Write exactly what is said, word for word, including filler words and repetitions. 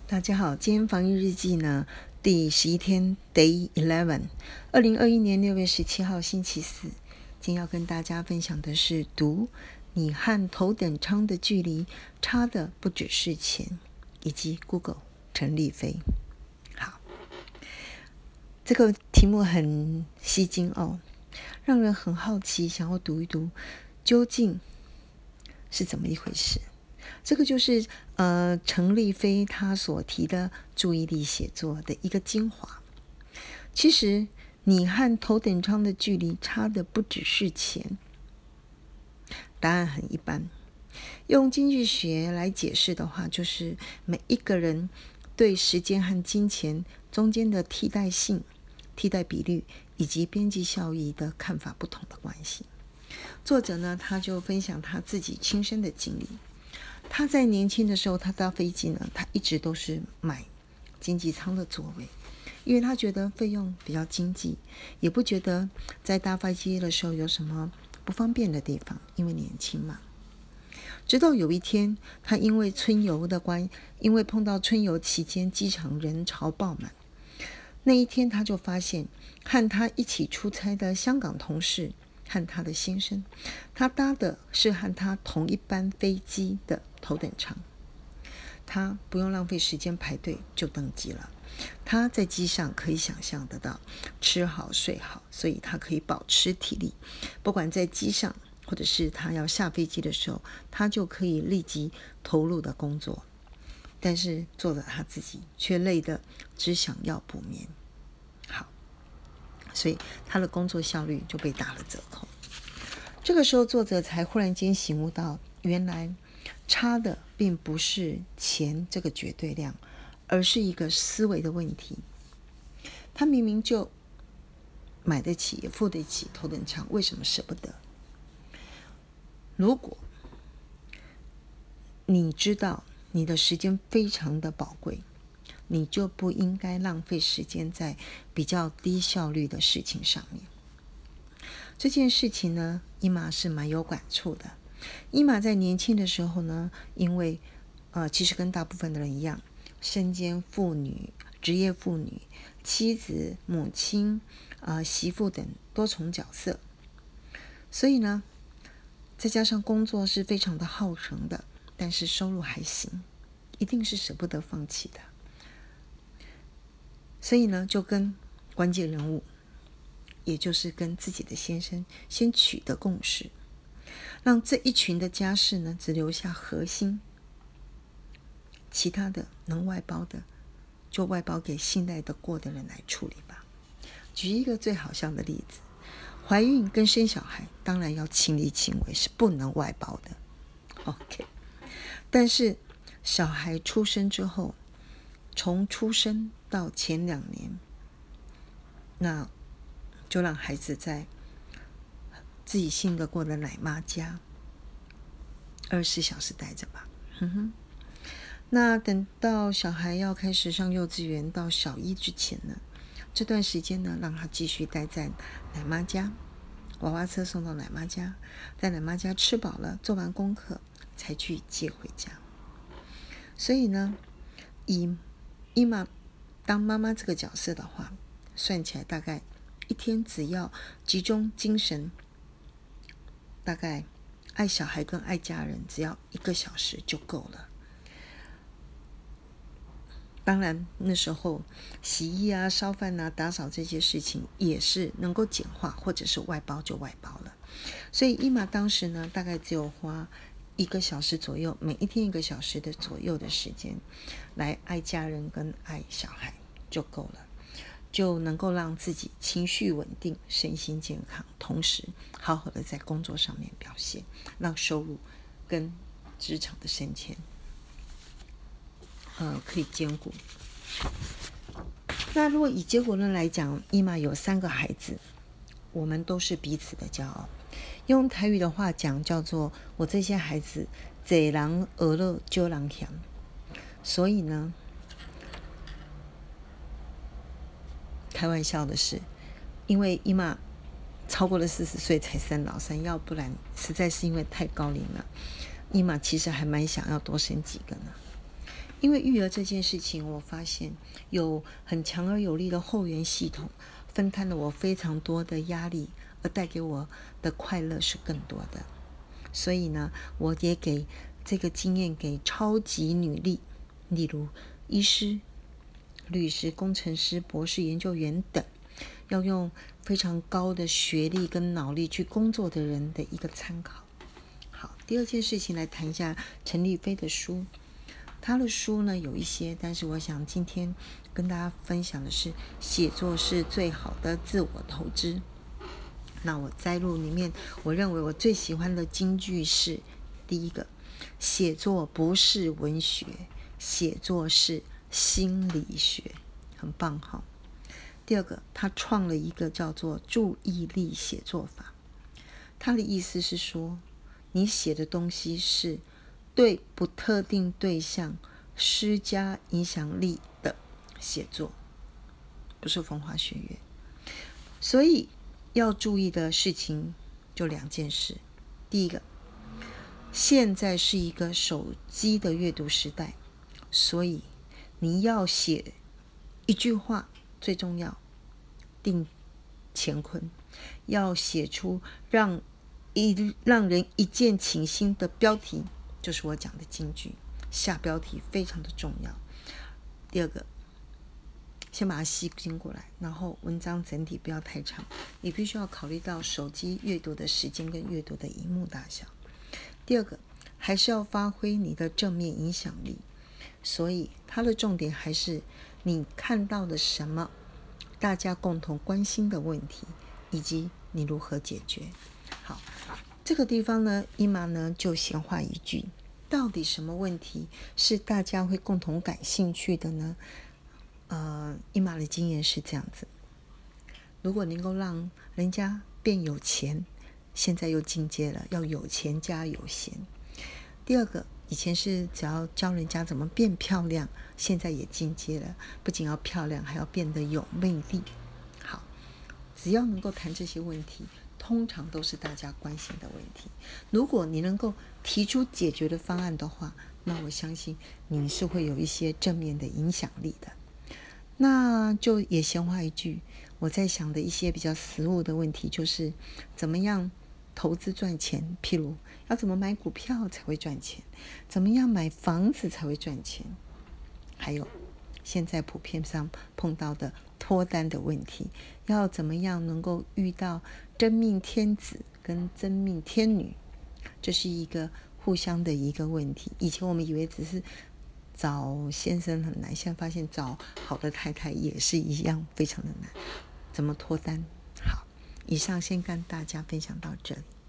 大家好，今天防疫日记呢第十一天 Day eleven， 二零二一年六月十七号星期四。今天要跟大家分享的是读你和头等舱的距离差的不只是钱，以及 Google 陈立飞。好，这个题目很吸睛哦，让人很好奇，想要读一读究竟是怎么一回事。这个就是呃陈立飞他所提的注意力写作的一个精华。其实你和头等舱的距离差的不只是钱。答案很一般，用经济学来解释的话，就是每一个人对时间和金钱中间的替代性、替代比率以及边际效益的看法不同的关系。作者呢，他就分享他自己亲身的经历。他在年轻的时候，他搭飞机呢，他一直都是买经济舱的座位，因为他觉得费用比较经济，也不觉得在搭飞机的时候有什么不方便的地方，因为年轻嘛。直到有一天，他因为春游的关，因为碰到春游期间机场人潮爆满，那一天他就发现，和他一起出差的香港同事和他的先生，他搭的是和他同一班飞机的头等舱，他不用浪费时间排队就登机了。他在机上可以想象得到吃好睡好，所以他可以保持体力，不管在机上或者是他要下飞机的时候，他就可以立即投入的工作。但是做了他自己却累得只想要补眠。好，所以他的工作效率就被打了折扣。这个时候作者才忽然间醒悟到，原来差的并不是钱这个绝对量，而是一个思维的问题。他明明就买得起也付得起头等舱，为什么舍不得？如果你知道你的时间非常的宝贵，你就不应该浪费时间在比较低效率的事情上面。这件事情呢，伊玛是蛮有感触的。伊玛在年轻的时候呢，因为呃，其实跟大部分的人一样，身兼妇女、职业妇女、妻子、母亲、呃、媳妇等多重角色，所以呢，再加上工作是非常的耗神的，但是收入还行，一定是舍不得放弃的。所以呢，就跟关键人物，也就是跟自己的先生先取得共识，让这一群的家事呢，只留下核心，其他的能外包的就外包给信赖得过的人来处理吧。举一个最好笑的例子，怀孕跟生小孩当然要亲力亲为，是不能外包的 OK， 但是小孩出生之后，从出生到前两年，那就让孩子在自己信得过的奶妈家二十四小时待着吧。哼哼。那等到小孩要开始上幼稚园到小一之前呢，这段时间呢，让他继续待在奶妈家，娃娃车送到奶妈家，在奶妈家吃饱了，做完功课才去接回家。所以呢，以伊玛当妈妈这个角色的话，算起来大概一天只要集中精神，大概爱小孩跟爱家人只要一个小时就够了。当然那时候洗衣啊、烧饭啊、打扫这些事情也是能够简化，或者是外包就外包了。所以伊玛当时呢，大概只有花一个小时左右，每一天一个小时的左右的时间来爱家人跟爱小孩就够了，就能够让自己情绪稳定、身心健康，同时好好的在工作上面表现，让收入跟职场的升迁呃，可以兼顾。那如果以结果论来讲，伊玛有三个孩子，我们都是彼此的骄傲。用台语的话讲，叫做我这些孩子贼人鹅乐揪人嫌。所以呢，开玩笑的是，因为伊玛超过了四十岁才生老三，要不然实在是因为太高龄了，伊玛其实还蛮想要多生几个呢。 因为育儿这件事情，我发现有很强而有力的后援系统，分摊了我非常多的压力，而带给我的快乐是更多的。所以呢，我也给这个经验给超级女力，例如医师、律师、工程师、博士研究员等，要用非常高的学历跟脑力去工作的人的一个参考。好，第二件事情来谈一下陈立飞的书。他的书呢有一些，但是我想今天跟大家分享的是写作是最好的自我投资。那我摘录里面我认为我最喜欢的金句是：第一个，写作不是文学，写作是心理学，很棒哈。第二个，他创了一个叫做注意力写作法。他的意思是说，你写的东西是对不特定对象施加影响力的写作，不是风花雪月。所以要注意的事情就两件事。第一个，现在是一个手机的阅读时代，所以你要写一句话最重要，定乾坤，要写出让一让人一见倾心的标题，就是我讲的金句，下标题非常的重要。第二个，先把它吸进过来，然后文章整体不要太长，你必须要考虑到手机阅读的时间跟阅读的萤幕大小。第二个，还是要发挥你的正面影响力，所以它的重点还是你看到了什么，大家共同关心的问题，以及你如何解决。好，这个地方呢，伊玛呢就闲话一句，到底什么问题是大家会共同感兴趣的呢？呃，伊玛的经验是这样子：如果能够让人家变有钱，现在又进阶了，要有钱加有闲。第二个，以前是只要教人家怎么变漂亮，现在也进阶了，不仅要漂亮，还要变得有魅力。好，只要能够谈这些问题，通常都是大家关心的问题。如果你能够提出解决的方案的话，那我相信你是会有一些正面的影响力的。那就也闲话一句，我在想的一些比较实务的问题，就是怎么样投资赚钱，譬如要怎么买股票才会赚钱，怎么样买房子才会赚钱，还有现在普遍上碰到的脱单的问题，要怎么样能够遇到真命天子跟真命天女，这是一个互相的一个问题。以前我们以为只是找先生很难，现在发现找好的太太也是一样非常的难。怎么脱单？好，以上先跟大家分享到这里。